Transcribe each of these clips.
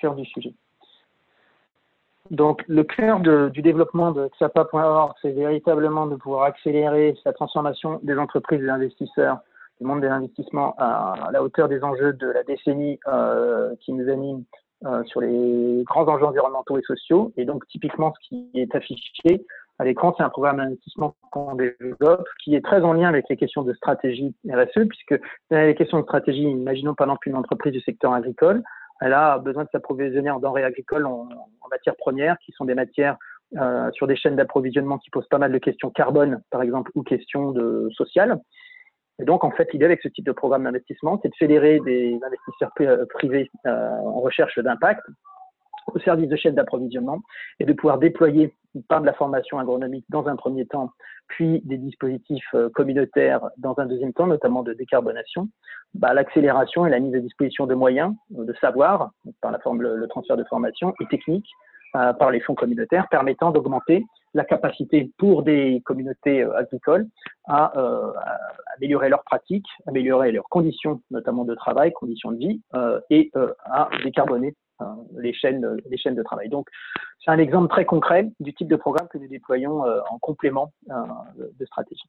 cœur du sujet. Donc, le cœur du développement de Xapa.org, c'est véritablement de pouvoir accélérer la transformation des entreprises et des investisseurs, du monde des investissements à la hauteur des enjeux de la décennie qui nous anime sur les grands enjeux environnementaux et sociaux. Et donc, typiquement, ce qui est affiché à l'écran, c'est un programme d'investissement qu'on développe qui est très en lien avec les questions de stratégie RSE, puisque dans les questions de stratégie, imaginons par exemple une entreprise du secteur agricole, elle a besoin de s'approvisionner en denrées agricoles en matières premières, qui sont des matières sur des chaînes d'approvisionnement qui posent pas mal de questions carbone, par exemple, ou questions sociales. Et donc, en fait, l'idée avec ce type de programme d'investissement, c'est de fédérer des investisseurs privés en recherche d'impact au service de chaînes d'approvisionnement et de pouvoir déployer par de la formation agronomique dans un premier temps, puis des dispositifs communautaires dans un deuxième temps, notamment de décarbonation, l'accélération et la mise à disposition de moyens, de savoir, par le transfert de formation et techniques, par les fonds communautaires, permettant d'augmenter la capacité pour des communautés agricoles à améliorer leurs pratiques, améliorer leurs conditions, notamment de travail, conditions de vie, et à décarboner les chaînes de travail. Donc, c'est un exemple très concret du type de programme que nous déployons en complément de stratégie.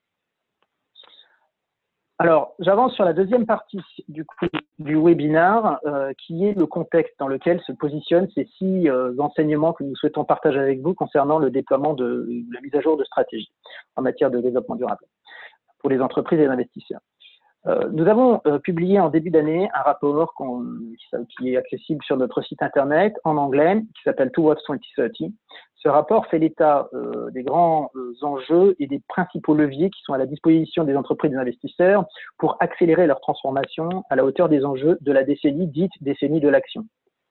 Alors, j'avance sur la deuxième partie du webinaire, qui est le contexte dans lequel se positionnent ces 6 enseignements que nous souhaitons partager avec vous concernant le déploiement de la mise à jour de stratégie en matière de développement durable pour les entreprises et les investisseurs. Nous avons publié en début d'année un rapport qui est accessible sur notre site internet en anglais, qui s'appelle Towards 2030. Ce rapport fait l'état des grands enjeux et des principaux leviers qui sont à la disposition des entreprises et des investisseurs pour accélérer leur transformation à la hauteur des enjeux de la décennie dite décennie de l'action.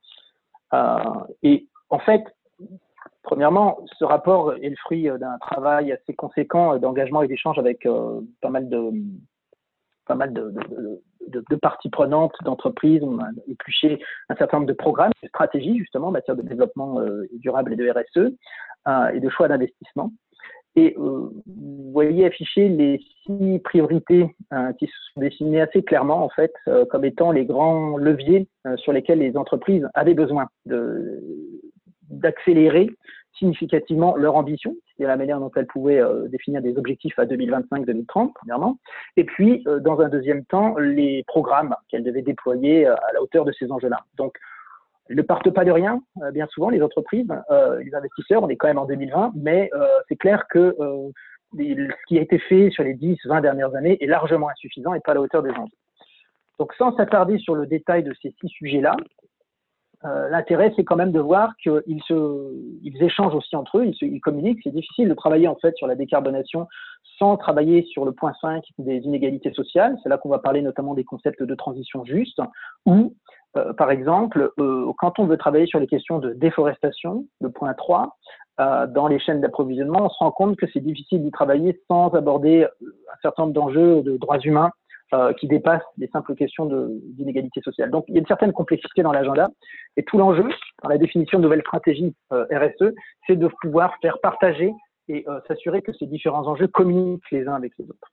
Et en fait, premièrement, ce rapport est le fruit d'un travail assez conséquent d'engagement et d'échange avec pas mal de parties prenantes, d'entreprises. On a épluché un certain nombre de programmes, de stratégies justement en matière de développement durable et de RSE et de choix d'investissement. Et vous voyez afficher les 6 priorités qui sont dessinées assez clairement en fait comme étant les grands leviers sur lesquels les entreprises avaient besoin d'accélérer significativement leur ambition, c'est-à-dire la manière dont elles pouvaient définir des objectifs à 2025-2030, premièrement, et puis, dans un deuxième temps, les programmes qu'elles devaient déployer à la hauteur de ces enjeux-là. Donc, elles ne partent pas de rien, bien souvent, les entreprises, les investisseurs, on est quand même en 2020, mais c'est clair que ce qui a été fait sur les 10-20 dernières années est largement insuffisant et pas à la hauteur des enjeux. Donc, sans s'attarder sur le détail de ces 6 sujets-là, l'intérêt, c'est quand même de voir qu'ils échangent aussi entre eux, ils communiquent. C'est difficile de travailler en fait sur la décarbonation sans travailler sur le point 5 des inégalités sociales. C'est là qu'on va parler notamment des concepts de transition juste, ou par exemple, quand on veut travailler sur les questions de déforestation, le point 3, dans les chaînes d'approvisionnement, on se rend compte que c'est difficile d'y travailler sans aborder un certain nombre d'enjeux de droits humains qui dépassent les simples questions d'inégalité sociale. Donc, il y a une certaine complexité dans l'agenda. Et tout l'enjeu, dans la définition de nouvelles stratégies RSE, c'est de pouvoir faire partager et s'assurer que ces différents enjeux communiquent les uns avec les autres.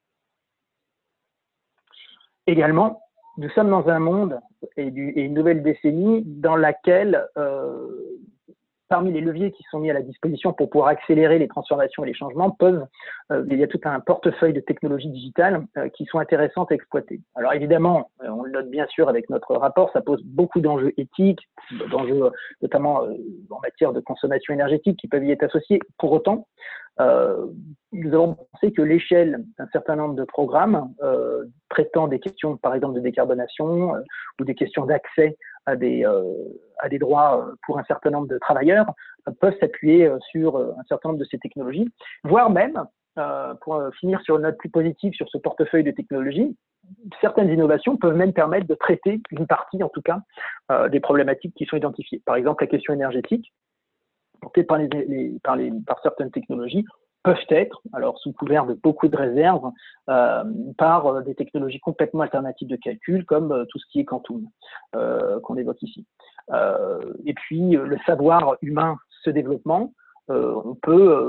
Également, nous sommes dans un monde et une nouvelle décennie dans laquelle parmi les leviers qui sont mis à la disposition pour pouvoir accélérer les transformations et les changements, il y a tout un portefeuille de technologies digitales qui sont intéressantes à exploiter. Alors évidemment, on le note bien sûr avec notre rapport, ça pose beaucoup d'enjeux éthiques, d'enjeux notamment en matière de consommation énergétique qui peuvent y être associés. Pour autant, nous avons pensé que l'échelle d'un certain nombre de programmes traitant des questions, par exemple, de décarbonation ou des questions d'accès à des droits pour un certain nombre de travailleurs peuvent s'appuyer sur un certain nombre de ces technologies, voire même, pour finir sur une note plus positive sur ce portefeuille de technologies, certaines innovations peuvent même permettre de traiter une partie, en tout cas, des problématiques qui sont identifiées. Par exemple, la question énergétique, portée par certaines technologies, peuvent être, alors sous couvert de beaucoup de réserves, par des technologies complètement alternatives de calcul, comme tout ce qui est quantum, qu'on évoque ici. Et puis, le savoir humain, ce développement, on peut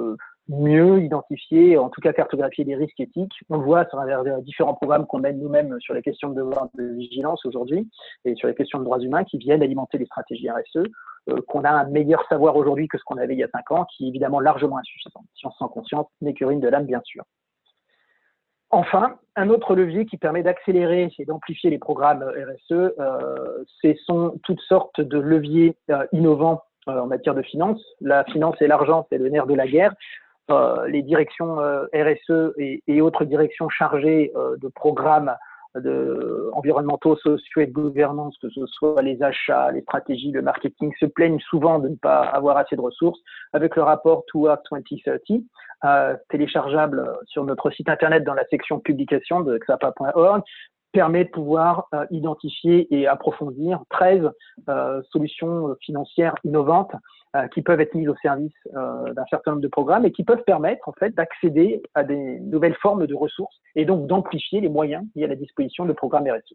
mieux identifier, en tout cas cartographier les risques éthiques. On le voit à travers différents programmes qu'on mène nous-mêmes sur les questions de devoir de vigilance aujourd'hui et sur les questions de droits humains qui viennent alimenter les stratégies RSE, qu'on a un meilleur savoir aujourd'hui que ce qu'on avait il y a 5 ans, qui est évidemment largement insuffisant. Science sans conscience n'est qu'urine de l'âme, bien sûr. Enfin, un autre levier qui permet d'accélérer et d'amplifier les programmes RSE, ce sont toutes sortes de leviers innovants en matière de finance. La finance et l'argent, c'est le nerf de la guerre. Les directions RSE et autres directions chargées de programmes environnementaux, sociaux et de gouvernance, que ce soit les achats, les stratégies, le marketing, se plaignent souvent de ne pas avoir assez de ressources. Avec le rapport Towards 2030, téléchargeable sur notre site internet dans la section publication de xapa.org, permet de pouvoir identifier et approfondir 13 solutions financières innovantes qui peuvent être mises au service d'un certain nombre de programmes et qui peuvent permettre en fait d'accéder à des nouvelles formes de ressources et donc d'amplifier les moyens mis à la disposition de programmes RSE.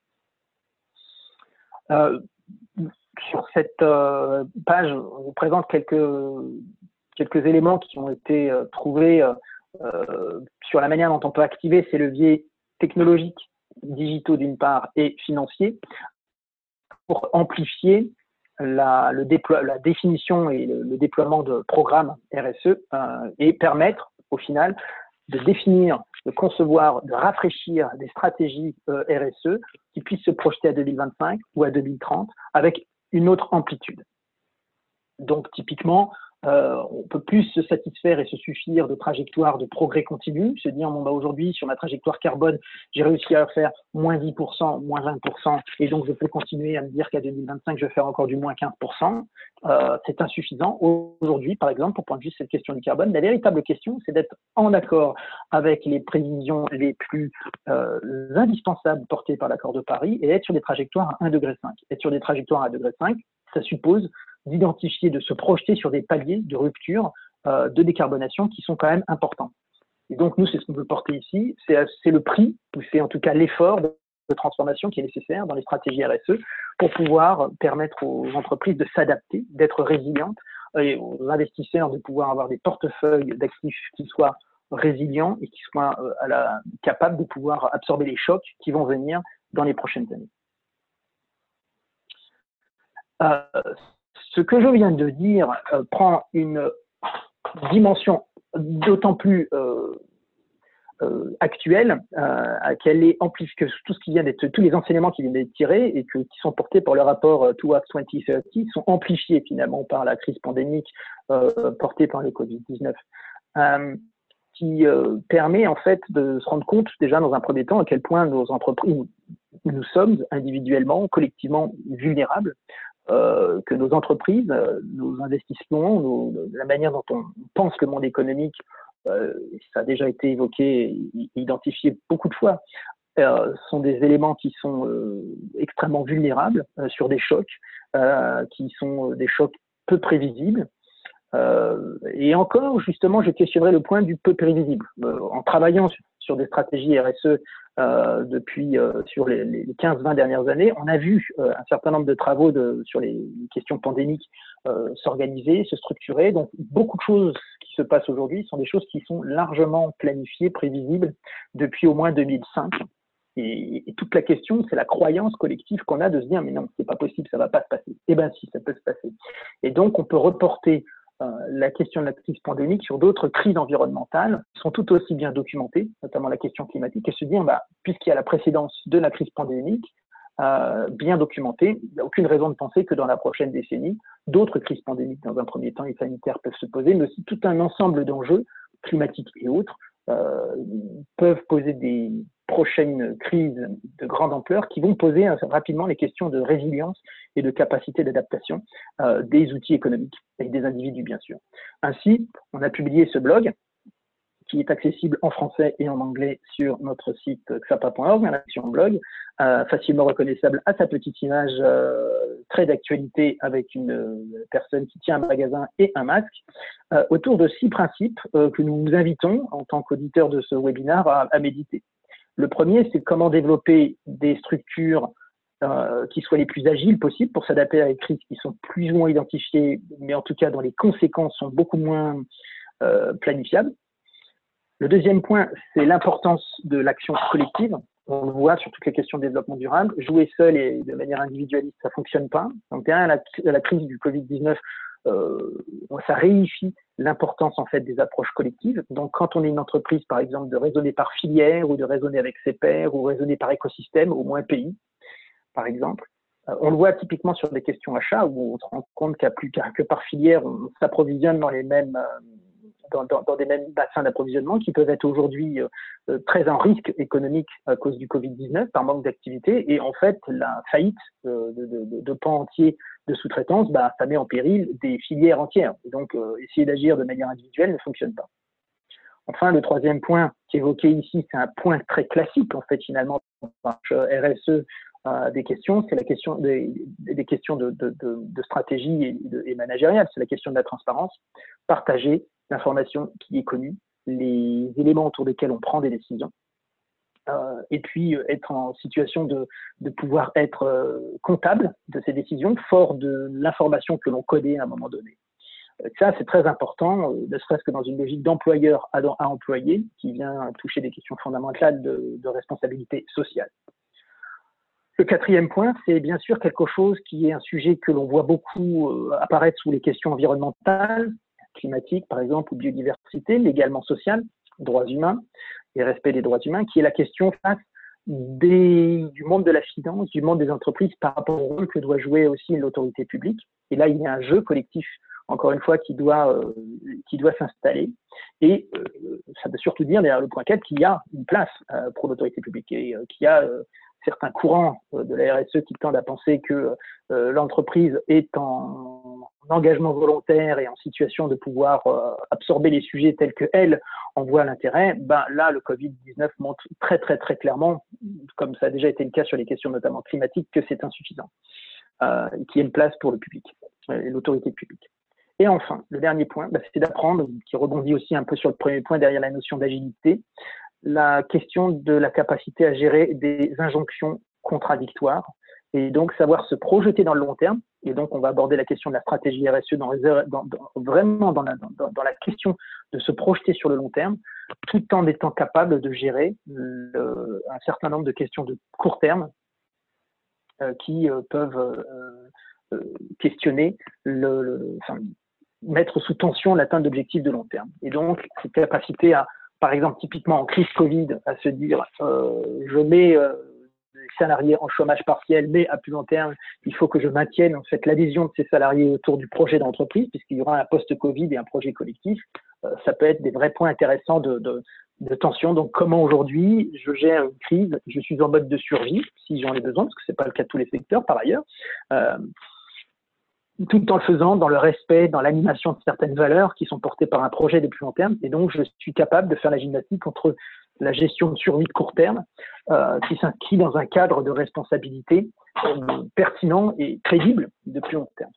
Sur cette page, on vous présente quelques éléments qui ont été trouvés sur la manière dont on peut activer ces leviers technologiques, digitaux d'une part et financiers, pour amplifier la définition et le déploiement de programmes RSE et permettre au final de définir, de concevoir, de rafraîchir des stratégies RSE qui puissent se projeter à 2025 ou à 2030 avec une autre amplitude. Donc typiquement, on peut plus se satisfaire et se suffire de trajectoires de progrès continu, se dire bon, bah, aujourd'hui sur ma trajectoire carbone, j'ai réussi à faire moins 10%, moins 20%, et donc je peux continuer à me dire qu'à 2025, je vais faire encore du moins 15%. C'est insuffisant. Aujourd'hui, par exemple, pour prendre juste cette question du carbone, la véritable question, c'est d'être en accord avec les prévisions les plus indispensables portées par l'accord de Paris et être sur des trajectoires à 1,5 degré. Être sur des trajectoires à 1,5 degré, ça suppose d'identifier, de se projeter sur des paliers de rupture de décarbonation qui sont quand même importants. Et donc, nous, c'est ce qu'on veut porter ici, c'est le prix, ou c'est en tout cas l'effort de transformation qui est nécessaire dans les stratégies RSE pour pouvoir permettre aux entreprises de s'adapter, d'être résilientes, et aux investisseurs de pouvoir avoir des portefeuilles d'actifs qui soient résilients et qui soient capables de pouvoir absorber les chocs qui vont venir dans les prochaines années. Ce que je viens de dire prend une dimension d'autant plus actuelle qu'elle est amplifiée, que tout ce qui vient d'être, tous les enseignements qui viennent d'être tirés et qui sont portés par le rapport Towards 2030 sont amplifiés finalement par la crise pandémique portée par le Covid-19, qui permet en fait de se rendre compte déjà dans un premier temps à quel point nos entreprises, nous sommes individuellement, collectivement vulnérables. Que nos entreprises, nos investissements, la manière dont on pense le monde économique, ça a déjà été évoqué et identifié beaucoup de fois, sont des éléments qui sont extrêmement vulnérables sur des chocs, qui sont des chocs peu prévisibles. Et encore, justement, je questionnerai le point du peu prévisible. En travaillant sur des stratégies RSE depuis sur les 15-20 dernières années, on a vu un certain nombre de travaux sur les questions pandémiques s'organiser, se structurer. Donc, beaucoup de choses qui se passent aujourd'hui sont des choses qui sont largement planifiées, prévisibles depuis au moins 2005. Et toute la question, c'est la croyance collective qu'on a de se dire mais non, c'est pas possible, ça va pas se passer. Eh bien si, ça peut se passer. Et donc, on peut reporter la question de la crise pandémique sur d'autres crises environnementales qui sont tout aussi bien documentées, notamment la question climatique, et se dire, puisqu'il y a la précédence de la crise pandémique, bien documentée, il n'y a aucune raison de penser que dans la prochaine décennie, d'autres crises pandémiques, dans un premier temps, et sanitaires peuvent se poser, mais aussi tout un ensemble d'enjeux climatiques et autres peuvent poser des prochaines crises de grande ampleur qui vont poser rapidement les questions de résilience et de capacité d'adaptation des outils économiques et des individus, bien sûr. Ainsi, on a publié ce blog qui est accessible en français et en anglais sur notre site xapa.org, la section blog, facilement reconnaissable à sa petite image très d'actualité avec une personne qui tient un magasin et un masque, autour de 6 principes que nous vous invitons, en tant qu'auditeurs de ce webinaire, à méditer. Le premier, c'est comment développer des structures qui soient les plus agiles possibles pour s'adapter à des crises qui sont plus ou moins identifiées, mais en tout cas dont les conséquences sont beaucoup moins planifiable. Le deuxième point, c'est l'importance de l'action collective. On le voit sur toutes les questions de développement durable. Jouer seul et de manière individualiste, ça ne fonctionne pas. Donc, derrière la crise du Covid-19, ça réifie l'importance en fait des approches collectives. Donc, quand on est une entreprise, par exemple, de raisonner par filière ou de raisonner avec ses pairs ou raisonner par écosystème, au moins pays, par exemple. On le voit typiquement sur des questions achats où on se rend compte qu'il n'y a plus que par filière, on s'approvisionne dans les mêmes dans des mêmes bassins d'approvisionnement qui peuvent être aujourd'hui très en risque économique à cause du Covid-19 par manque d'activité. Et en fait, la faillite de pans entiers de sous-traitance, ça met en péril des filières entières. Et donc, essayer d'agir de manière individuelle ne fonctionne pas. Enfin, le troisième point qui est évoqué ici, c'est un point très classique, en fait, finalement, par RSE des questions, c'est la question des questions de stratégie et managériale, c'est la question de la transparence, partager l'information qui est connue, les éléments autour desquels on prend des décisions, et puis être en situation de pouvoir être comptable de ces décisions, fort de l'information que l'on connaît à un moment donné. Ça, c'est très important, ne serait-ce que dans une logique d'employeur à employé, qui vient toucher des questions fondamentales de responsabilité sociale. Le quatrième point, c'est bien sûr quelque chose qui est un sujet que l'on voit beaucoup apparaître sous les questions environnementales, climatiques par exemple, ou biodiversité, mais également sociales, droits humains et respect des droits humains, qui est la question face du monde de la finance, du monde des entreprises par rapport au rôle que doit jouer aussi l'autorité publique. Et là, il y a un jeu collectif, encore une fois, qui doit s'installer. Et ça veut surtout dire, derrière le point 4, qu'il y a une place pour l'autorité publique et qu'il y a certains courants de la RSE qui tendent à penser que l'entreprise est en engagement volontaire et en situation de pouvoir absorber les sujets tels qu'elle en voit l'intérêt. Là, le Covid-19 montre très, très, très clairement, comme ça a déjà été le cas sur les questions notamment climatiques, que c'est insuffisant, qu'il y ait une place pour le public et l'autorité publique. Et enfin, le dernier point, c'est d'apprendre, qui rebondit aussi un peu sur le premier point derrière la notion d'agilité, la question de la capacité à gérer des injonctions contradictoires et donc savoir se projeter dans le long terme. Et donc, on va aborder la question de la stratégie RSE vraiment dans la question de se projeter sur le long terme, tout en étant capable de gérer un certain nombre de questions de court terme qui peuvent questionner mettre sous tension l'atteinte d'objectifs de long terme. Et donc, cette capacité à, par exemple, typiquement en crise Covid, à se dire je mets les salariés en chômage partiel, mais à plus long terme, il faut que je maintienne en fait l'adhésion de ces salariés autour du projet d'entreprise, puisqu'il y aura un post-Covid et un projet collectif. Ça peut être des vrais points intéressants de tension. Donc, comment aujourd'hui je gère une crise? Je suis en mode de survie, si j'en ai besoin, parce que ce n'est pas le cas de tous les secteurs par ailleurs. Tout en le faisant dans le respect, dans l'animation de certaines valeurs qui sont portées par un projet de plus long terme. Et donc, je suis capable de faire la gymnastique entre la gestion de survie de court terme, qui s'inscrit dans un cadre de responsabilité pertinent et crédible de plus long terme.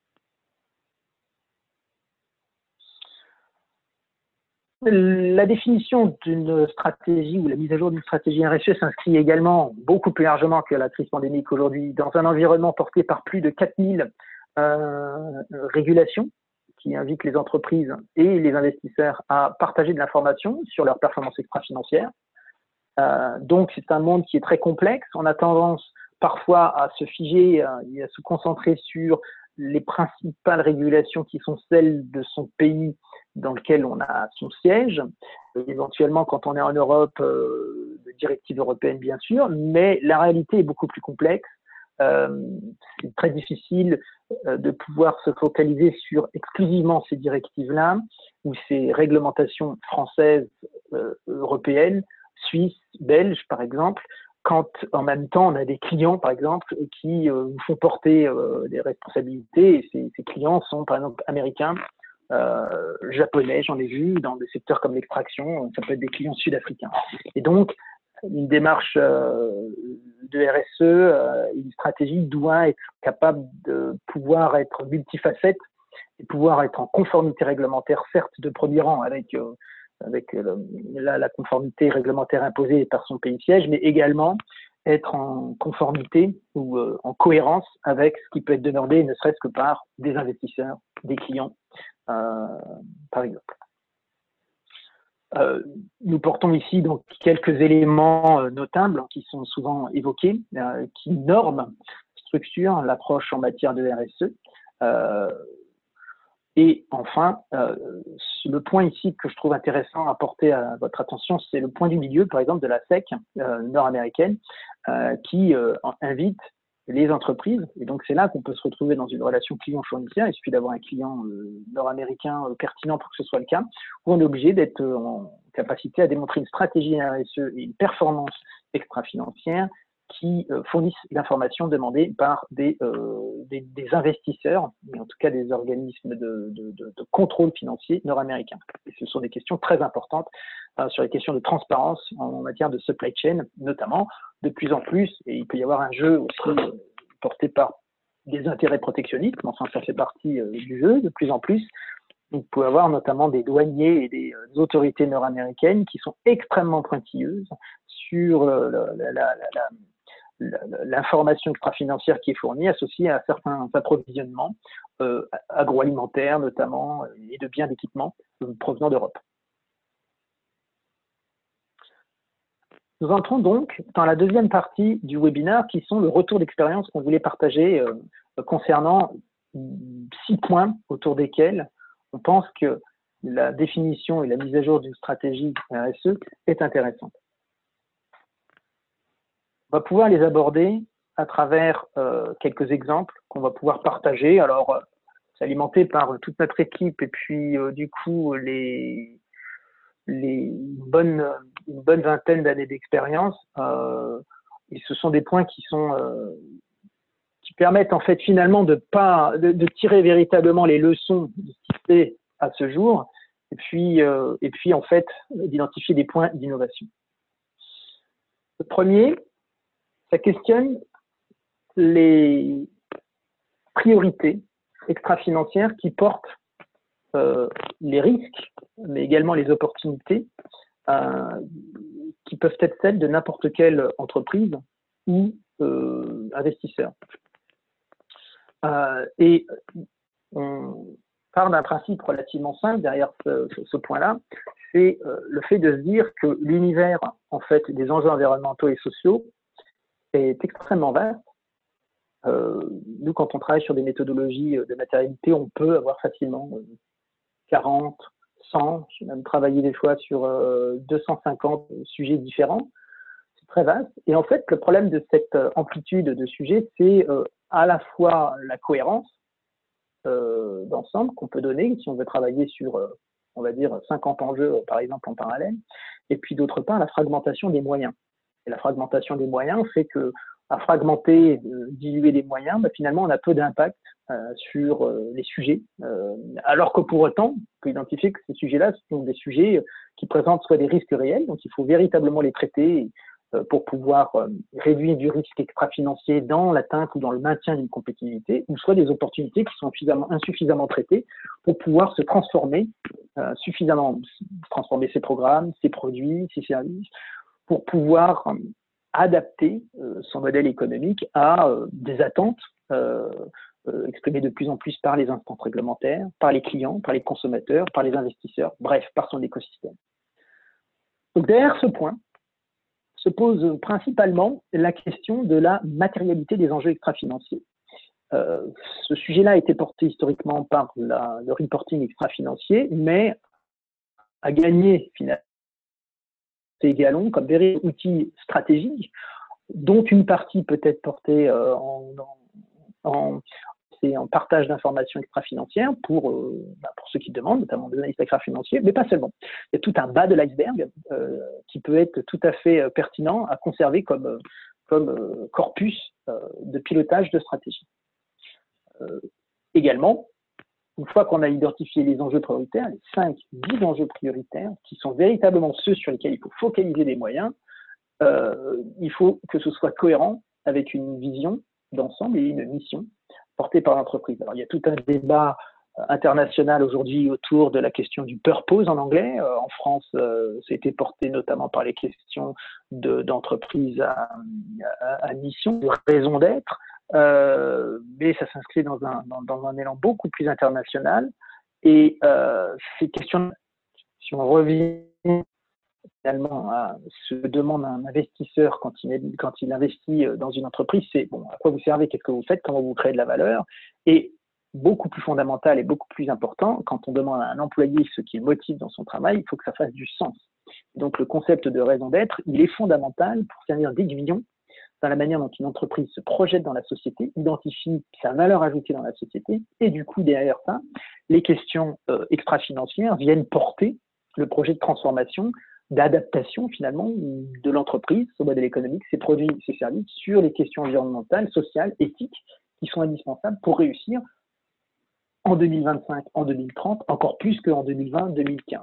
La définition d'une stratégie ou la mise à jour d'une stratégie RSE s'inscrit également beaucoup plus largement que la crise pandémique aujourd'hui dans un environnement porté par plus de 4000 régulation qui invite les entreprises et les investisseurs à partager de l'information sur leur performance extra-financière. Donc, c'est un monde qui est très complexe. On a tendance parfois à se figer et à se concentrer sur les principales régulations qui sont celles de son pays dans lequel on a son siège. Éventuellement, quand on est en Europe, de directives européennes, bien sûr, mais la réalité est beaucoup plus complexe. C'est très difficile de pouvoir se focaliser sur exclusivement ces directives-là ou ces réglementations françaises, européennes, suisses, belges, par exemple, quand en même temps on a des clients, par exemple, qui nous font porter des responsabilités et ces clients sont, par exemple, américains, japonais, j'en ai vu, dans des secteurs comme l'extraction, ça peut être des clients sud-africains. Et donc, une démarche de RSE, une stratégie doit être capable de pouvoir être multifacette et pouvoir être en conformité réglementaire, certes de premier rang avec la conformité réglementaire imposée par son pays siège, mais également être en conformité ou en cohérence avec ce qui peut être demandé, ne serait-ce que par des investisseurs, des clients, par exemple. Nous portons ici donc quelques éléments notables qui sont souvent évoqués, qui norment, structurent l'approche en matière de RSE. Et enfin, le point ici que je trouve intéressant à porter à votre attention, c'est le point du milieu, par exemple, de la SEC nord-américaine, qui invite les entreprises. Et donc, c'est là qu'on peut se retrouver dans une relation client-fournisseur. Il suffit d'avoir un client nord-américain pertinent pour que ce soit le cas, où on est obligé d'être en capacité à démontrer une stratégie RSE et une performance extra-financière qui fournissent l'information demandée par des investisseurs, et en tout cas des organismes de contrôle financier nord-américains. Et ce sont des questions très importantes sur les questions de transparence en matière de supply chain, notamment de plus en plus, et il peut y avoir un jeu aussi porté par des intérêts protectionnistes, mais enfin ça fait partie du jeu de plus en plus. Vous pouvez avoir notamment des douaniers et des autorités nord-américaines qui sont extrêmement pointilleuses sur l'information extra-financière qui est fournie, associée à certains approvisionnements agroalimentaires notamment, et de biens d'équipement provenant d'Europe. Nous entrons donc dans la deuxième partie du webinaire, qui sont le retour d'expérience qu'on voulait partager concernant 6 points autour desquels on pense que la définition et la mise à jour d'une stratégie RSE est intéressante. On va pouvoir les aborder à travers quelques exemples qu'on va pouvoir partager. Alors, c'est alimenté par toute notre équipe et puis du coup une bonne vingtaine d'années d'expérience. Et ce sont des points qui permettent en fait finalement de tirer véritablement les leçons de ce qui se fait à ce jour, et puis en fait d'identifier des points d'innovation. Le premier, ça questionne les priorités extra-financières qui portent les risques, mais également les opportunités qui peuvent être celles de n'importe quelle entreprise ou investisseur. Et on part d'un principe relativement simple derrière ce point-là, c'est le fait de se dire que l'univers en fait des enjeux environnementaux et sociaux est extrêmement vaste. Nous, quand on travaille sur des méthodologies de matérialité, on peut avoir facilement 40, 100, j'ai même travaillé des fois sur 250 sujets différents. C'est très vaste. Et en fait, le problème de cette amplitude de sujets, c'est à la fois la cohérence d'ensemble qu'on peut donner si on veut travailler sur, on va dire, 50 enjeux, par exemple, en parallèle, et puis d'autre part, la fragmentation des moyens. Et la fragmentation des moyens fait que à fragmenter, diluer les moyens, bah, finalement, on a peu d'impact sur les sujets, alors que pour autant, on peut identifier que ces sujets-là sont des sujets qui présentent soit des risques réels, donc il faut véritablement les traiter pour pouvoir réduire du risque extra-financier dans l'atteinte ou dans le maintien d'une compétitivité, ou soit des opportunités qui sont insuffisamment traitées pour pouvoir se transformer, transformer ses programmes, ses produits, ses services, pour pouvoir adapter son modèle économique à des attentes exprimées de plus en plus par les instances réglementaires, par les clients, par les consommateurs, par les investisseurs, bref, par son écosystème. Donc derrière ce point se pose principalement la question de la matérialité des enjeux extra-financiers. Ce sujet-là a été porté historiquement par le reporting extra-financier, mais a gagné finalement ces galons comme véritable outil stratégique, dont une partie peut être portée en partage d'informations extra-financières pour ceux qui demandent, notamment des analystes extra-financiers, mais pas seulement. Il y a tout un bas de l'iceberg qui peut être tout à fait pertinent à conserver comme corpus de pilotage de stratégie. Également, une fois qu'on a identifié les enjeux prioritaires, les 5-10 enjeux prioritaires, qui sont véritablement ceux sur lesquels il faut focaliser les moyens, il faut que ce soit cohérent avec une vision d'ensemble et une mission portée par l'entreprise. Alors, il y a tout un débat international aujourd'hui autour de la question du purpose en anglais. En France, c'était porté notamment par les questions d'entreprise à mission, de raison d'être, mais ça s'inscrit dans un élan beaucoup plus international. Et ces questions, si on revient finalement se demande un investisseur quand il investit dans une entreprise, c'est bon, à quoi vous servez, qu'est-ce que vous faites, comment vous créez de la valeur, et beaucoup plus fondamental et beaucoup plus important, quand on demande à un employé ce qui le motive dans son travail, il faut que ça fasse du sens. Donc le concept de raison d'être, il est fondamental pour servir d'aiguillon dans la manière dont une entreprise se projette dans la société, identifie sa valeur ajoutée dans la société, et du coup, derrière ça, les questions extra-financières viennent porter le projet de transformation, d'adaptation finalement de l'entreprise, son modèle économique, ses produits, ses services, sur les questions environnementales, sociales, éthiques, qui sont indispensables pour réussir en 2025, en 2030, encore plus qu'en 2020-2015.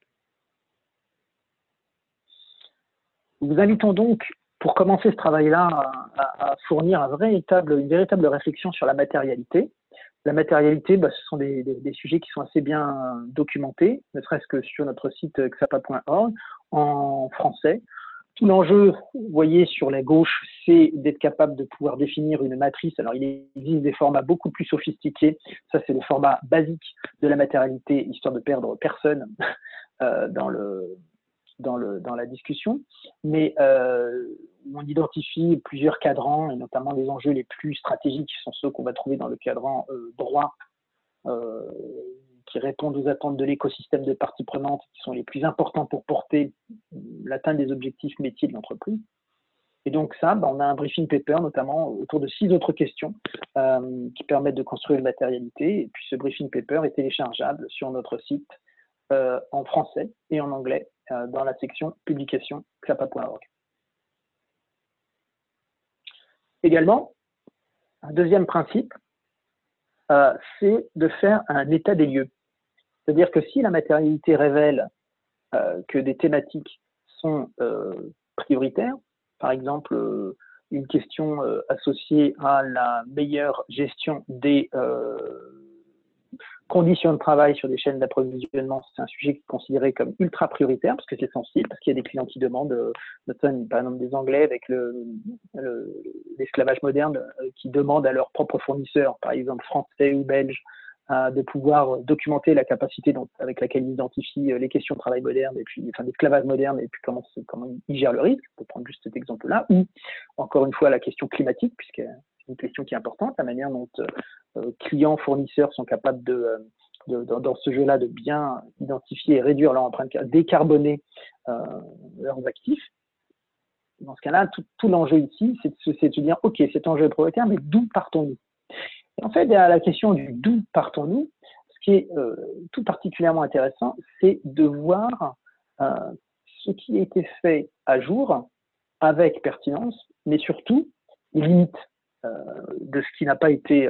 Nous vous invitons donc, pour commencer ce travail-là, à fournir une véritable réflexion sur la matérialité. La matérialité, ce sont des sujets qui sont assez bien documentés, ne serait-ce que sur notre site xapa.org, en français. Tout l'enjeu, vous voyez sur la gauche, c'est d'être capable de pouvoir définir une matrice. Alors, il existe des formats beaucoup plus sophistiqués. Ça, c'est le format basique de la matérialité, histoire de perdre personne dans la discussion. Mais on identifie plusieurs cadrans, et notamment les enjeux les plus stratégiques sont ceux qu'on va trouver dans le cadran droit, qui répondent aux attentes de l'écosystème de parties prenantes, qui sont les plus importants pour porter l'atteinte des objectifs métiers de l'entreprise. Et donc ça, on a un briefing paper, notamment autour de 6 autres questions qui permettent de construire une matérialité. Et puis ce briefing paper est téléchargeable sur notre site en français et en anglais dans la section publication xapa.org. Également, un deuxième principe, c'est de faire un état des lieux. C'est-à-dire que si la matérialité révèle que des thématiques sont prioritaires, par exemple une question associée à la meilleure gestion des conditions de travail sur des chaînes d'approvisionnement, c'est un sujet qui est considéré comme ultra prioritaire parce que c'est sensible, parce qu'il y a des clients qui demandent, notamment par exemple des Anglais avec l'esclavage moderne, qui demandent à leurs propres fournisseurs, par exemple français ou belges, de pouvoir documenter la capacité avec laquelle ils identifient les questions de travail moderne et puis d'esclavage moderne et puis comment ils gèrent le risque, pour prendre juste cet exemple-là, ou encore une fois la question climatique, puisque c'est une question qui est importante, la manière dont clients, fournisseurs sont capables dans ce jeu-là de bien identifier et réduire leur empreinte, décarboner leurs actifs. Dans ce cas-là, tout l'enjeu ici, c'est de se dire, OK, cet enjeu est prioritaire, mais d'où partons-nous? Et en fait, derrière la question du d'où partons-nous, ce qui est tout particulièrement intéressant, c'est de voir ce qui a été fait à jour avec pertinence, mais surtout les limites de ce qui n'a pas été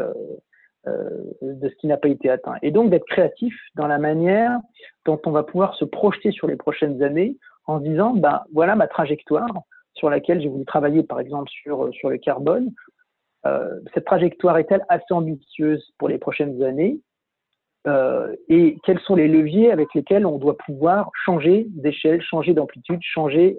atteint. Et donc d'être créatif dans la manière dont on va pouvoir se projeter sur les prochaines années en se disant, voilà ma trajectoire sur laquelle j'ai voulu travailler, par exemple, sur le carbone. Cette trajectoire est-elle assez ambitieuse pour les prochaines années et quels sont les leviers avec lesquels on doit pouvoir changer d'échelle, changer d'amplitude, changer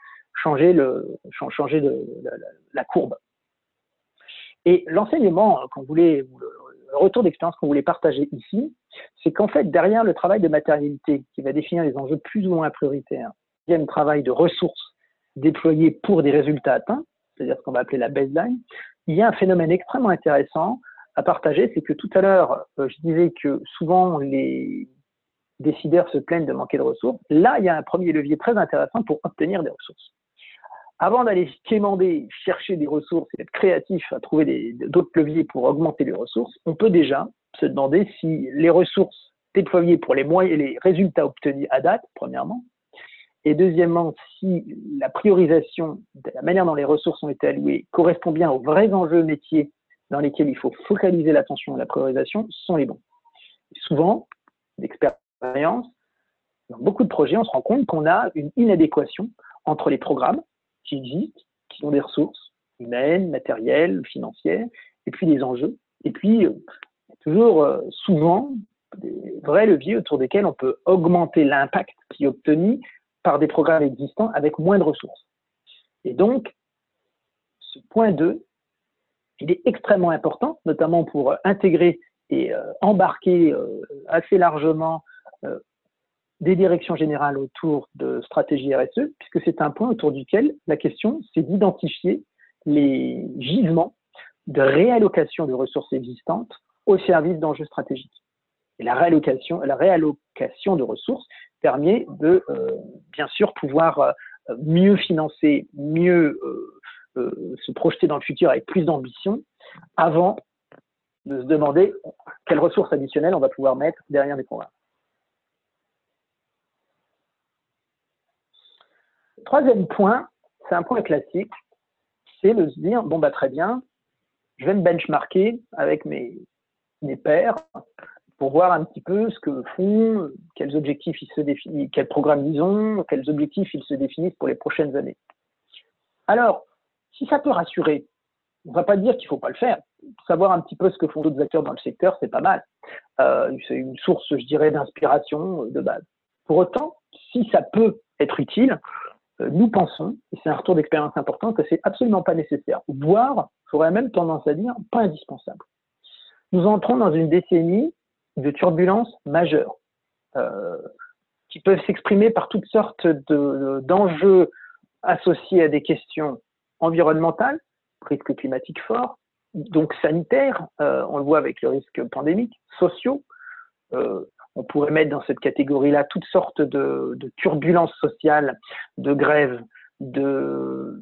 la courbe. Et l'enseignement le retour d'expérience qu'on voulait partager ici, c'est qu'en fait, derrière le travail de matérialité qui va définir les enjeux plus ou moins prioritaires, il y a un travail de ressources déployées pour des résultats atteints, c'est-à-dire ce qu'on va appeler la baseline. Il y a un phénomène extrêmement intéressant à partager, c'est que tout à l'heure, je disais que souvent les décideurs se plaignent de manquer de ressources. Là, il y a un premier levier très intéressant pour obtenir des ressources. Avant d'aller quémander, chercher des ressources et être créatif à trouver d'autres leviers pour augmenter les ressources, on peut déjà se demander si les ressources déployées pour les moyens et les résultats obtenus à date, premièrement, et deuxièmement, si la priorisation de la manière dont les ressources ont été allouées correspond bien aux vrais enjeux métiers dans lesquels il faut focaliser l'attention et la priorisation, sont les bons. Et souvent, d'expérience, dans beaucoup de projets, on se rend compte qu'on a une inadéquation entre les programmes qui existent, qui ont des ressources humaines, matérielles, financières, et puis les enjeux. Et puis, toujours souvent, des vrais leviers autour desquels on peut augmenter l'impact qui est obtenu par des programmes existants avec moins de ressources. Et donc, ce point 2, il est extrêmement important, notamment pour intégrer et embarquer assez largement des directions générales autour de stratégie RSE, puisque c'est un point autour duquel la question, c'est d'identifier les gisements de réallocation de ressources existantes au service d'enjeux stratégiques. Et la réallocation de ressources permet de, bien sûr, pouvoir mieux financer, mieux se projeter dans le futur avec plus d'ambition, avant de se demander quelles ressources additionnelles on va pouvoir mettre derrière des programmes. Troisième point, c'est un point classique, c'est de se dire, bon, bah, très bien, je vais me benchmarker avec mes pairs pour voir un petit peu ce que font, quels objectifs ils se définissent, quels programmes ils ont, quels objectifs ils se définissent pour les prochaines années. Alors, si ça peut rassurer, on ne va pas dire qu'il ne faut pas le faire. Savoir un petit peu ce que font d'autres acteurs dans le secteur, c'est pas mal. C'est une source, je dirais, d'inspiration de base. Pour autant, si ça peut être utile, nous pensons, et c'est un retour d'expérience important, que c'est absolument pas nécessaire, voire, j'aurais même tendance à dire, pas indispensable. Nous entrons dans une décennie de turbulences majeures, qui peuvent s'exprimer par toutes sortes d'enjeux associés à des questions environnementales, risques climatiques forts, donc sanitaires, on le voit avec le risque pandémique, sociaux. On pourrait mettre dans cette catégorie-là toutes sortes de turbulences sociales, de grèves, de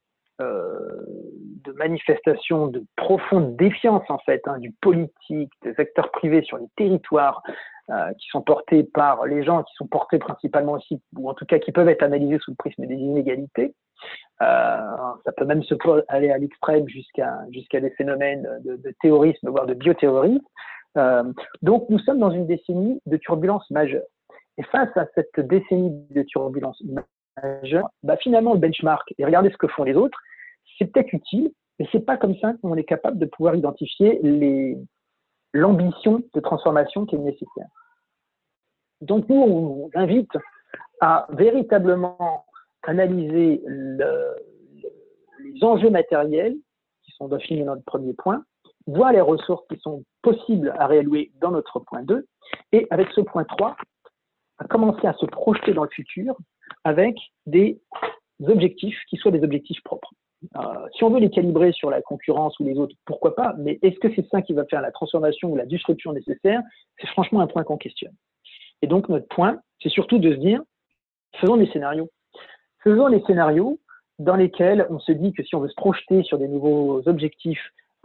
manifestations de profonde défiance en fait, du politique, des acteurs privés sur les territoires qui sont portés par les gens, qui sont portés principalement aussi, ou en tout cas qui peuvent être analysés sous le prisme des inégalités. Ça peut même aller à l'extrême jusqu'à des phénomènes de terrorisme, voire de bioterrorisme. Donc nous sommes dans une décennie de turbulences majeures. Et face à cette décennie de turbulences majeures, bah finalement le benchmark et regarder ce que font les autres, c'est peut-être utile, mais c'est pas comme ça qu'on est capable de pouvoir identifier l'ambition de transformation qui est nécessaire. Donc nous, on vous invite à véritablement analyser les enjeux matériels qui sont définis dans notre premier point, voir les ressources qui sont possibles à réallouer dans notre point 2, et avec ce point 3, à commencer à se projeter dans le futur avec des objectifs qui soient des objectifs propres. Si on veut les calibrer sur la concurrence ou les autres, pourquoi pas, mais est-ce que c'est ça qui va faire la transformation ou la disruption nécessaire? C'est franchement un point qu'on questionne. Et donc notre point, c'est surtout de se dire, faisons des scénarios. Faisons des scénarios dans lesquels on se dit que si on veut se projeter sur des nouveaux objectifs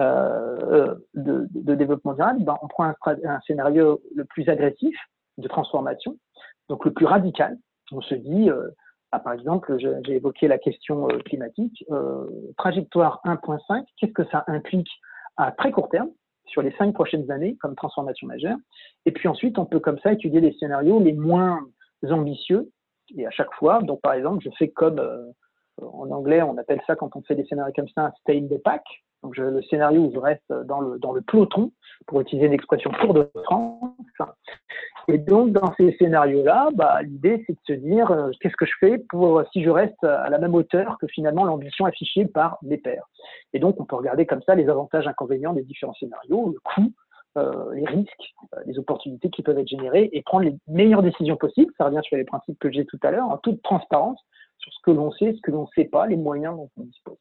de développement durable, ben on prend un scénario le plus agressif de transformation, donc le plus radical. On se dit, par exemple, j'ai évoqué la question climatique, trajectoire 1.5, qu'est-ce que ça implique à très court terme, sur les 5 prochaines années, comme transformation majeure. Et puis ensuite, on peut comme ça étudier les scénarios les moins ambitieux, et à chaque fois, donc par exemple, je fais comme, en anglais, on appelle ça, quand on fait des scénarios comme ça, un stay in the pack. Donc le scénario où je reste dans le peloton, pour utiliser une expression Tour de France. Et donc, dans ces scénarios-là, bah, l'idée, c'est de se dire qu'est-ce que je fais pour si je reste à la même hauteur que finalement l'ambition affichée par mes pairs. Et donc, on peut regarder comme ça les avantages, inconvénients des différents scénarios, le coût, les risques, les opportunités qui peuvent être générées et prendre les meilleures décisions possibles. Ça revient sur les principes que j'ai tout à l'heure, en toute transparence sur ce que l'on sait, ce que l'on ne sait pas, les moyens dont on dispose.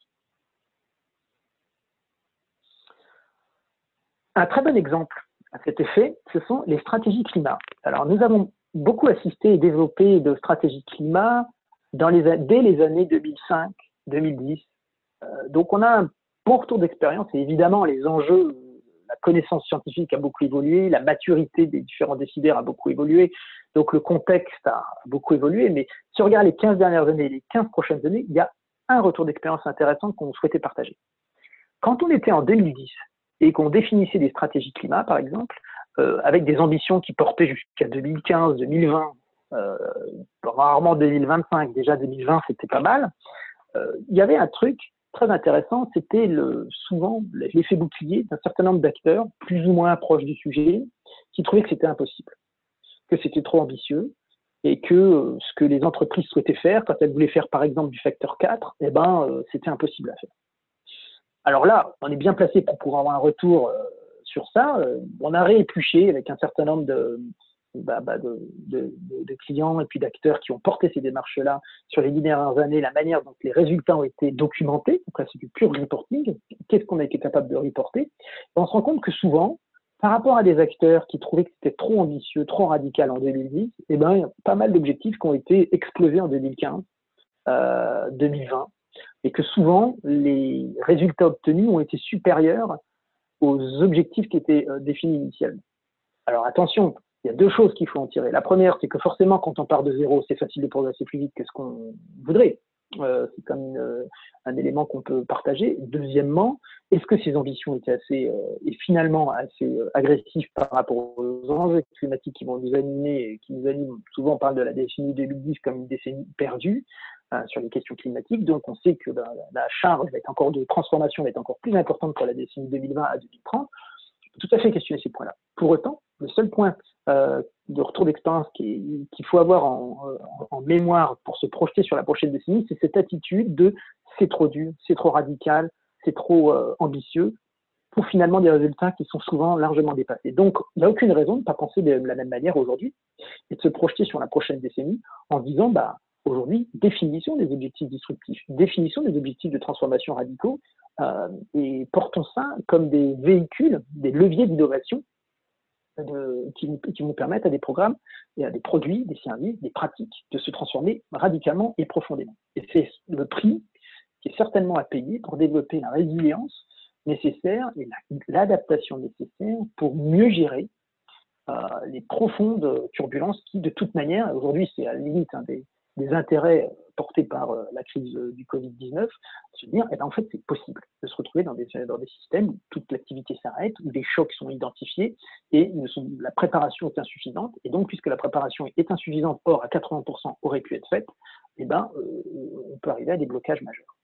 Un très bon exemple à cet effet, ce sont les stratégies climat. Alors, nous avons beaucoup assisté et développé de stratégies climat dès les années 2005, 2010. Donc, on a un bon retour d'expérience et évidemment, les enjeux, la connaissance scientifique a beaucoup évolué, la maturité des différents décideurs a beaucoup évolué, donc le contexte a beaucoup évolué. Mais si on regarde les 15 dernières années et les 15 prochaines années, il y a un retour d'expérience intéressant qu'on souhaitait partager. Quand on était en 2010, et qu'on définissait des stratégies climat, par exemple, avec des ambitions qui portaient jusqu'à 2015, 2020, rarement 2025, déjà 2020, c'était pas mal. Il y avait un truc très intéressant, c'était souvent l'effet bouclier d'un certain nombre d'acteurs, plus ou moins proches du sujet, qui trouvaient que c'était impossible, que c'était trop ambitieux, et que ce que les entreprises souhaitaient faire, quand elles voulaient faire par exemple du facteur 4, eh ben, c'était impossible à faire. Alors là, on est bien placé pour pouvoir avoir un retour sur ça. On a réépluché avec un certain nombre de clients et puis d'acteurs qui ont porté ces démarches-là sur les 10 dernières années, la manière dont les résultats ont été documentés, donc c'est du pur reporting, qu'est-ce qu'on a été capable de reporter, et on se rend compte que souvent, par rapport à des acteurs qui trouvaient que c'était trop ambitieux, trop radical en 2010, il y a pas mal d'objectifs qui ont été explosés en 2015, 2020, et que souvent, les résultats obtenus ont été supérieurs aux objectifs qui étaient définis initialement. Alors attention, il y a deux choses qu'il faut en tirer. La première, c'est que forcément, quand on part de zéro, c'est facile de progresser plus vite que ce qu'on voudrait. C'est comme un élément qu'on peut partager. Deuxièmement, est-ce que ces ambitions étaient et finalement assez agressives par rapport aux enjeux climatiques qui vont nous animer et qui nous animent? Souvent, on parle de la décennie 2010 comme une décennie perdue sur les questions climatiques. Donc, on sait que la charge de transformation va être encore plus importante pour la décennie 2020 à 2030. On peut tout à fait questionner ces points-là. Pour autant, le seul point de retour d'expérience qu'il faut avoir en mémoire pour se projeter sur la prochaine décennie, c'est cette attitude de c'est trop dur, c'est trop radical, c'est trop ambitieux, pour finalement des résultats qui sont souvent largement dépassés. Donc, il n'y a aucune raison de ne pas penser de la même manière aujourd'hui et de se projeter sur la prochaine décennie en disant, aujourd'hui, définissons des objectifs disruptifs, définissons des objectifs de transformation radicaux et portons ça comme des véhicules, des leviers d'innovation qui vont permettre à des programmes et à des produits, des services, des pratiques de se transformer radicalement et profondément. Et c'est le prix qui est certainement à payer pour développer la résilience nécessaire et l'adaptation nécessaire pour mieux gérer les profondes turbulences qui, de toute manière, aujourd'hui, c'est à la limite des intérêts portés par la crise du Covid-19, se dire, en fait, c'est possible de se retrouver dans des systèmes où toute l'activité s'arrête, où des chocs sont identifiés et la préparation est insuffisante. Et donc, puisque la préparation est insuffisante, or à 80% aurait pu être faite, on peut arriver à des blocages majeurs.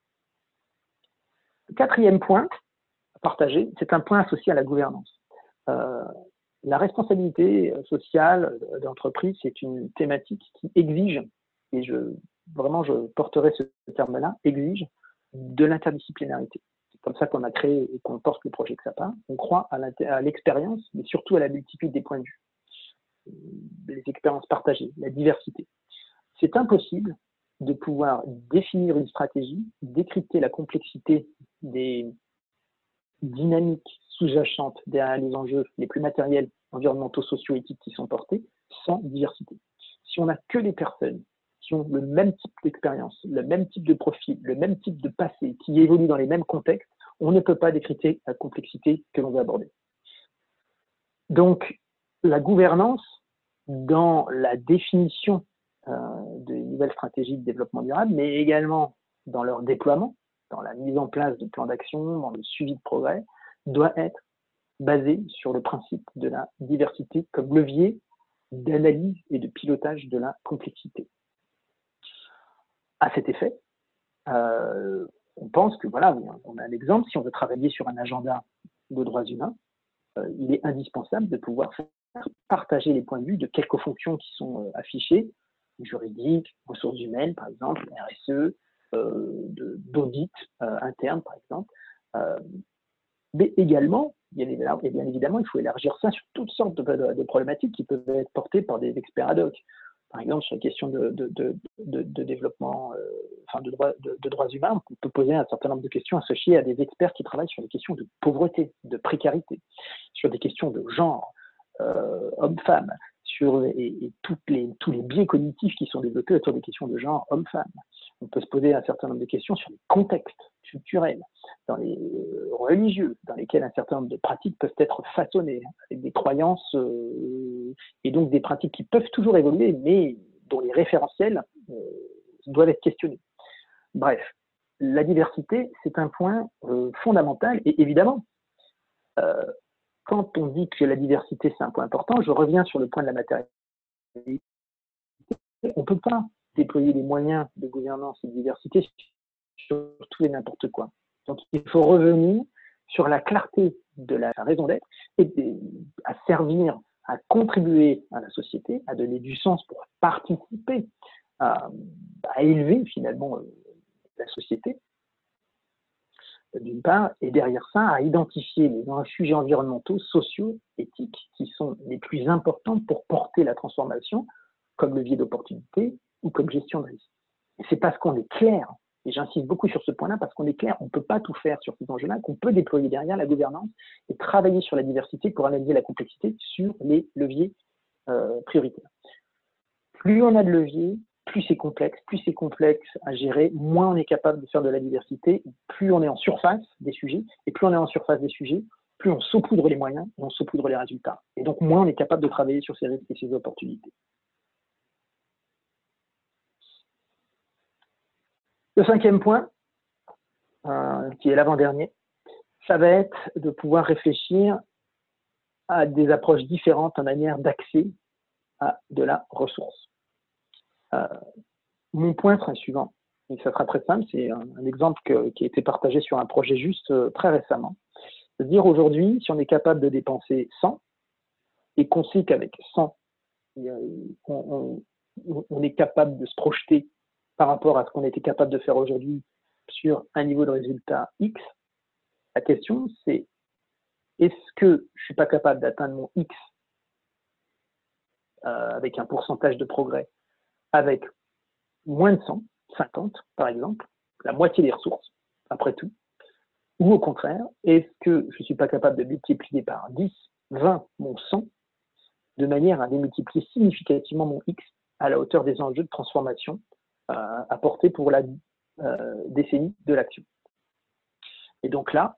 Le quatrième point à partager, c'est un point associé à la gouvernance. La responsabilité sociale d'entreprise, c'est une thématique qui exige, et je porterai ce terme-là, exige de l'interdisciplinarité. C'est comme ça qu'on a créé et qu'on porte le projet XAPA. On croit à l'expérience, mais surtout à la multitude des points de vue, les expériences partagées, la diversité. C'est impossible de pouvoir définir une stratégie, décrypter la complexité des dynamiques sous-jacentes derrière les enjeux les plus matériels, environnementaux, socio-éthiques qui sont portés, sans diversité. Si on n'a que des personnes qui ont le même type d'expérience, le même type de profil, le même type de passé, qui évoluent dans les mêmes contextes, on ne peut pas décrypter la complexité que l'on veut aborder. Donc, la gouvernance, dans la définition de nouvelles stratégies de développement durable, mais également dans leur déploiement, dans la mise en place de plans d'action, dans le suivi de progrès, doit être basée sur le principe de la diversité comme levier d'analyse et de pilotage de la complexité. À cet effet, on pense que, voilà, on a un exemple, si on veut travailler sur un agenda de droits humains, il est indispensable de pouvoir faire partager les points de vue de quelques fonctions qui sont affichées, juridiques, ressources humaines, par exemple, RSE, d'audit interne, par exemple. Mais également, bien évidemment, il faut élargir ça sur toutes sortes de problématiques qui peuvent être portées par des experts ad hoc. Par exemple, sur les questions de développement, de droits humains, on peut poser un certain nombre de questions associées à des experts qui travaillent sur les questions de pauvreté, de précarité, sur des questions de genre, homme-femme, sur tous les biais cognitifs qui sont développés autour des questions de genre homme-femme. On peut se poser un certain nombre de questions sur les contextes culturels, dans les religieux, dans lesquels un certain nombre de pratiques peuvent être façonnées, avec des croyances et donc des pratiques qui peuvent toujours évoluer, mais dont les référentiels doivent être questionnés. Bref, la diversité, c'est un point fondamental, et évidemment, quand on dit que la diversité, c'est un point important, je reviens sur le point de la matérialité. On ne peut pas déployer les moyens de gouvernance et de diversité sur tout et n'importe quoi. Donc, il faut revenir sur la clarté de la raison d'être et à servir, à contribuer à la société, à donner du sens pour participer à élever finalement la société. d'une part, et derrière ça, à identifier les sujets environnementaux, sociaux, éthiques, qui sont les plus importants pour porter la transformation comme levier d'opportunité ou comme gestion de risque. Et c'est parce qu'on est clair, et j'insiste beaucoup sur ce point-là, parce qu'on est clair, on ne peut pas tout faire sur ces enjeux-là, qu'on peut déployer derrière la gouvernance et travailler sur la diversité pour analyser la complexité sur les leviers prioritaires. Plus on a de leviers, plus c'est complexe à gérer, moins on est capable de faire de la diversité, plus on est en surface des sujets, et plus on est en surface des sujets, plus on saupoudre les moyens et on saupoudre les résultats. Et donc, moins on est capable de travailler sur ces risques et ces opportunités. Le cinquième point, qui est l'avant-dernier, ça va être de pouvoir réfléchir à des approches différentes en manière d'accès à de la ressource. Mon point sera le suivant, et ça sera très simple, c'est un exemple qui a été partagé sur un projet juste très récemment. De dire aujourd'hui, si on est capable de dépenser 100, et qu'on sait qu'avec 100, on est capable de se projeter par rapport à ce qu'on était capable de faire aujourd'hui sur un niveau de résultat X, la question c'est, est-ce que je ne suis pas capable d'atteindre mon X avec un pourcentage de progrès avec moins de 100, 50 par exemple, la moitié des ressources, après tout, ou au contraire, est-ce que je ne suis pas capable de multiplier par 10, 20 mon 100 de manière à démultiplier significativement mon X à la hauteur des enjeux de transformation apportés pour la décennie de l'action. Et donc là,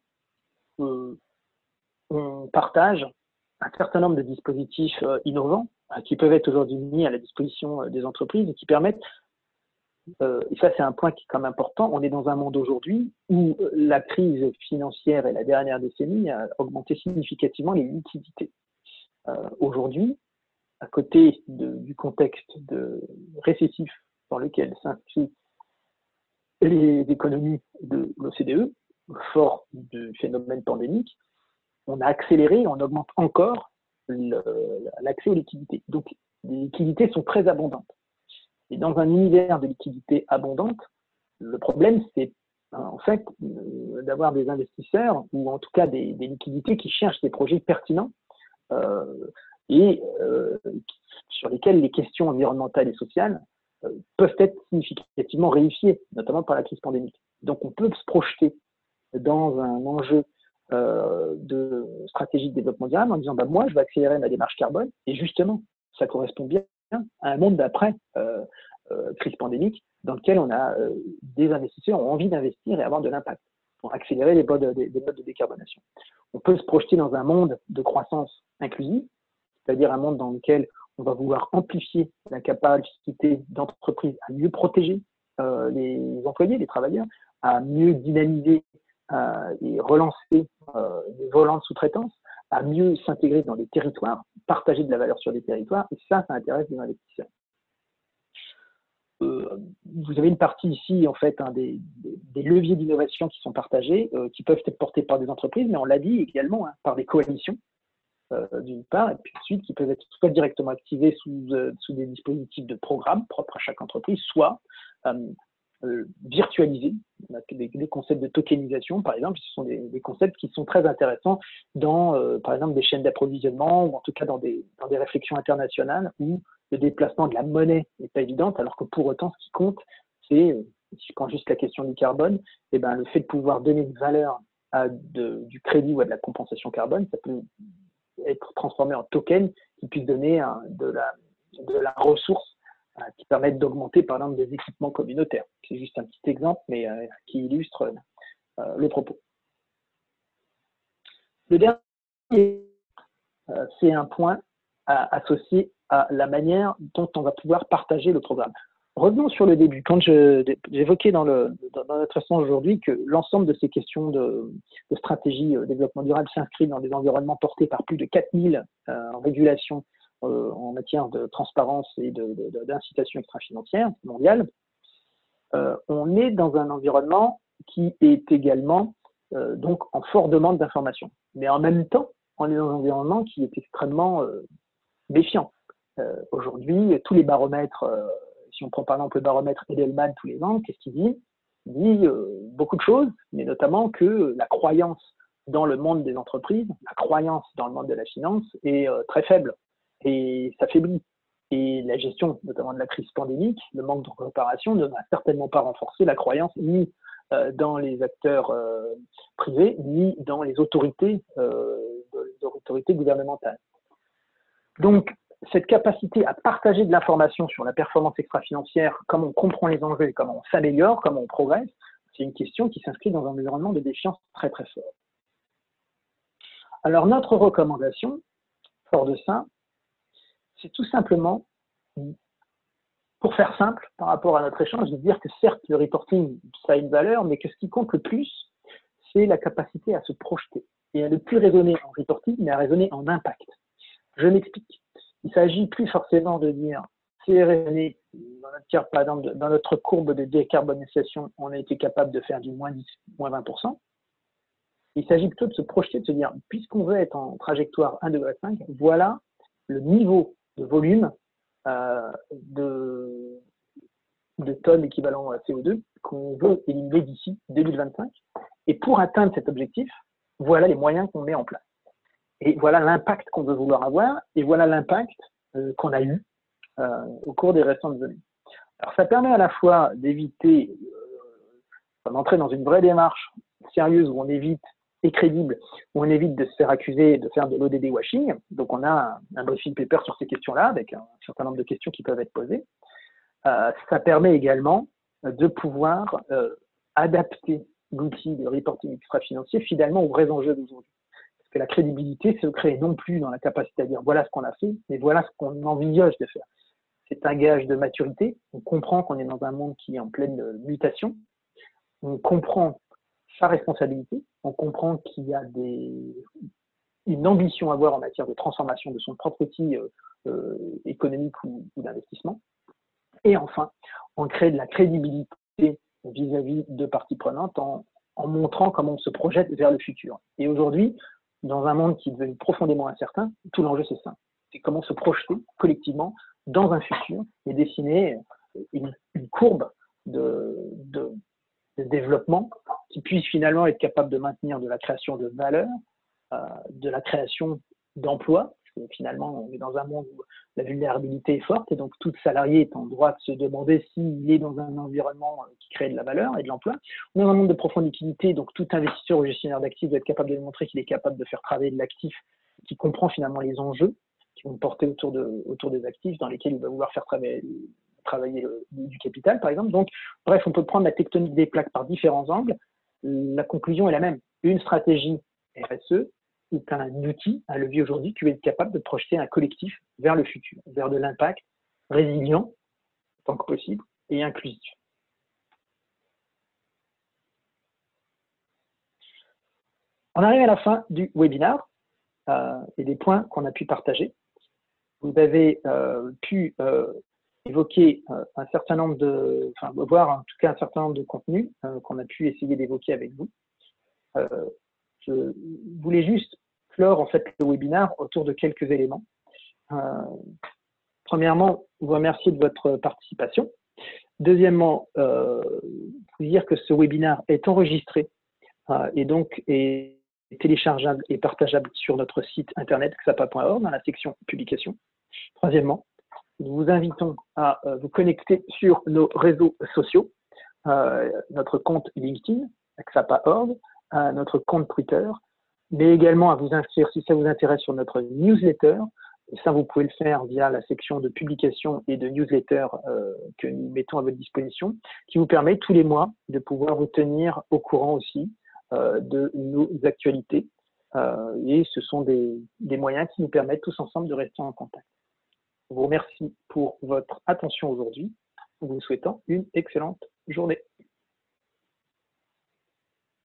on partage un certain nombre de dispositifs innovants qui peuvent être aujourd'hui mis à la disposition des entreprises et qui permettent, et ça c'est un point qui est quand même important, on est dans un monde aujourd'hui où la crise financière et la dernière décennie a augmenté significativement les liquidités. Aujourd'hui, à côté du contexte récessif dans lequel s'inscrivent les économies de l'OCDE, fort du phénomène pandémique, on a accéléré, on augmente encore l'accès aux liquidités. Donc, les liquidités sont très abondantes. Et dans un univers de liquidités abondantes, le problème, c'est en fait d'avoir des investisseurs, ou en tout cas des liquidités qui cherchent des projets pertinents et sur lesquels les questions environnementales et sociales peuvent être significativement réifiées, notamment par la crise pandémique. Donc, on peut se projeter dans un enjeu de stratégie de développement durable en disant moi, je vais accélérer ma démarche carbone, et justement, ça correspond bien à un monde d'après crise pandémique dans lequel on a des investisseurs ont envie d'investir et avoir de l'impact pour accélérer les modes de décarbonation. On peut se projeter dans un monde de croissance inclusive, c'est-à-dire un monde dans lequel on va vouloir amplifier la capacité d'entreprise à mieux protéger les employés, les travailleurs, à mieux dynamiser et relancer des volants de sous-traitance, à mieux s'intégrer dans les territoires, partager de la valeur sur des territoires, et ça intéresse les investisseurs. Vous avez une partie ici, en fait, des leviers d'innovation qui sont partagés, qui peuvent être portés par des entreprises, mais on l'a dit également, par des coalitions, d'une part, et puis ensuite qui peuvent être soit directement activés sous des dispositifs de programme propres à chaque entreprise, soit virtualisés. On a des concepts de tokenisation, par exemple, ce sont des concepts qui sont très intéressants dans, par exemple, des chaînes d'approvisionnement, ou en tout cas dans des réflexions internationales où le déplacement de la monnaie n'est pas évident, alors que pour autant, ce qui compte, c'est, si je prends juste la question du carbone, eh ben, le fait de pouvoir donner une valeur à du crédit ou à de la compensation carbone, ça peut être transformé en token qui puisse donner de la ressource qui permettent d'augmenter par exemple des équipements communautaires. C'est juste un petit exemple, mais qui illustre le propos. Le dernier, c'est un point associé à la manière dont on va pouvoir partager le programme. Revenons sur le début. Quand j'évoquais dans notre échange aujourd'hui que l'ensemble de ces questions de stratégie développement durable s'inscrit dans des environnements portés par plus de 4000 régulations en matière de transparence et d'incitation extra-financière mondiale, on est dans un environnement qui est également donc en forte demande d'information. Mais en même temps, on est dans un environnement qui est extrêmement méfiant. Aujourd'hui, tous les baromètres, si on prend par exemple le baromètre Edelman tous les ans, qu'est-ce qu'il dit? dit beaucoup de choses, mais notamment que la croyance dans le monde des entreprises, la croyance dans le monde de la finance est très faible et s'affaiblit. Et la gestion, notamment de la crise pandémique, le manque de préparation ne va certainement pas renforcer la croyance ni dans les acteurs privés, ni dans les autorités gouvernementales. Donc, cette capacité à partager de l'information sur la performance extra-financière, comment on comprend les enjeux et comment on s'améliore, comment on progresse, c'est une question qui s'inscrit dans un environnement de défiance très très fort. Alors, notre recommandation, fort de ça, c'est tout simplement, pour faire simple par rapport à notre échange, de dire que certes, le reporting, ça a une valeur, mais que ce qui compte le plus, c'est la capacité à se projeter et à ne plus raisonner en reporting, mais à raisonner en impact. Je m'explique. Il ne s'agit plus forcément de dire, c'est raisonné, dans notre courbe de décarbonisation, on a été capable de faire du moins 10, moins 20%. Il s'agit plutôt de se projeter, de se dire, puisqu'on veut être en trajectoire 1,5 degré, voilà le niveau de volume de tonnes équivalent à CO2 qu'on veut éliminer d'ici 2025. Et pour atteindre cet objectif, voilà les moyens qu'on met en place. Et voilà l'impact qu'on veut vouloir avoir, et voilà l'impact qu'on a eu au cours des récentes années. Alors ça permet à la fois d'éviter d'entrer dans une vraie démarche sérieuse où on évite et crédible, où on évite de se faire accuser de faire de l'ODD washing. Donc on a un briefing paper sur ces questions-là, avec un certain nombre de questions qui peuvent être posées. Ça permet également de pouvoir adapter l'outil de reporting extra-financier finalement aux vrais enjeux d'aujourd'hui. Parce que la crédibilité se crée non plus dans la capacité à dire voilà ce qu'on a fait, mais voilà ce qu'on envisage de faire. C'est un gage de maturité. On comprend qu'on est dans un monde qui est en pleine mutation. On comprend sa responsabilité. On comprend qu'il y a une ambition à avoir en matière de transformation de son propre outil économique ou d'investissement. Et enfin, on crée de la crédibilité vis-à-vis de parties prenantes en montrant comment on se projette vers le futur. Et aujourd'hui, dans un monde qui est devenu profondément incertain, tout l'enjeu c'est ça. C'est comment se projeter collectivement dans un futur et dessiner une courbe de développement qui puisse finalement être capable de maintenir de la création de valeur, de la création d'emplois. Parce que finalement, on est dans un monde où la vulnérabilité est forte et donc tout salarié est en droit de se demander s'il est dans un environnement qui crée de la valeur et de l'emploi. On est dans un monde de profonde liquidité, donc tout investisseur ou gestionnaire d'actifs doit être capable de démontrer qu'il est capable de faire travailler de l'actif, qui comprend finalement les enjeux qui vont porter autour des actifs dans lesquels il va vouloir faire travailler du capital, par exemple. Donc, bref, on peut prendre la tectonique des plaques par différents angles. La conclusion est la même. Une stratégie RSE est un outil, un levier aujourd'hui qui va être capable de projeter un collectif vers le futur, vers de l'impact résilient, tant que possible, et inclusif. On arrive à la fin du webinaire et des points qu'on a pu partager. Vous avez pu évoquer un certain nombre voir en tout cas un certain nombre de contenus qu'on a pu essayer d'évoquer avec vous. Je voulais juste clore en fait le webinaire autour de quelques éléments. Premièrement, vous remercier de votre participation. Deuxièmement, vous dire que ce webinaire est enregistré et donc est téléchargeable et partageable sur notre site internet xapa.org dans la section publication. Troisièmement, nous vous invitons à vous connecter sur nos réseaux sociaux, notre compte LinkedIn, xapa.org, notre compte Twitter, mais également à vous inscrire, si ça vous intéresse, sur notre newsletter. Et ça, vous pouvez le faire via la section de publication et de newsletter que nous mettons à votre disposition, qui vous permet tous les mois de pouvoir vous tenir au courant aussi de nos actualités. Et ce sont des moyens qui nous permettent tous ensemble de rester en contact. Je vous remercie pour votre attention aujourd'hui, en vous souhaitant une excellente journée.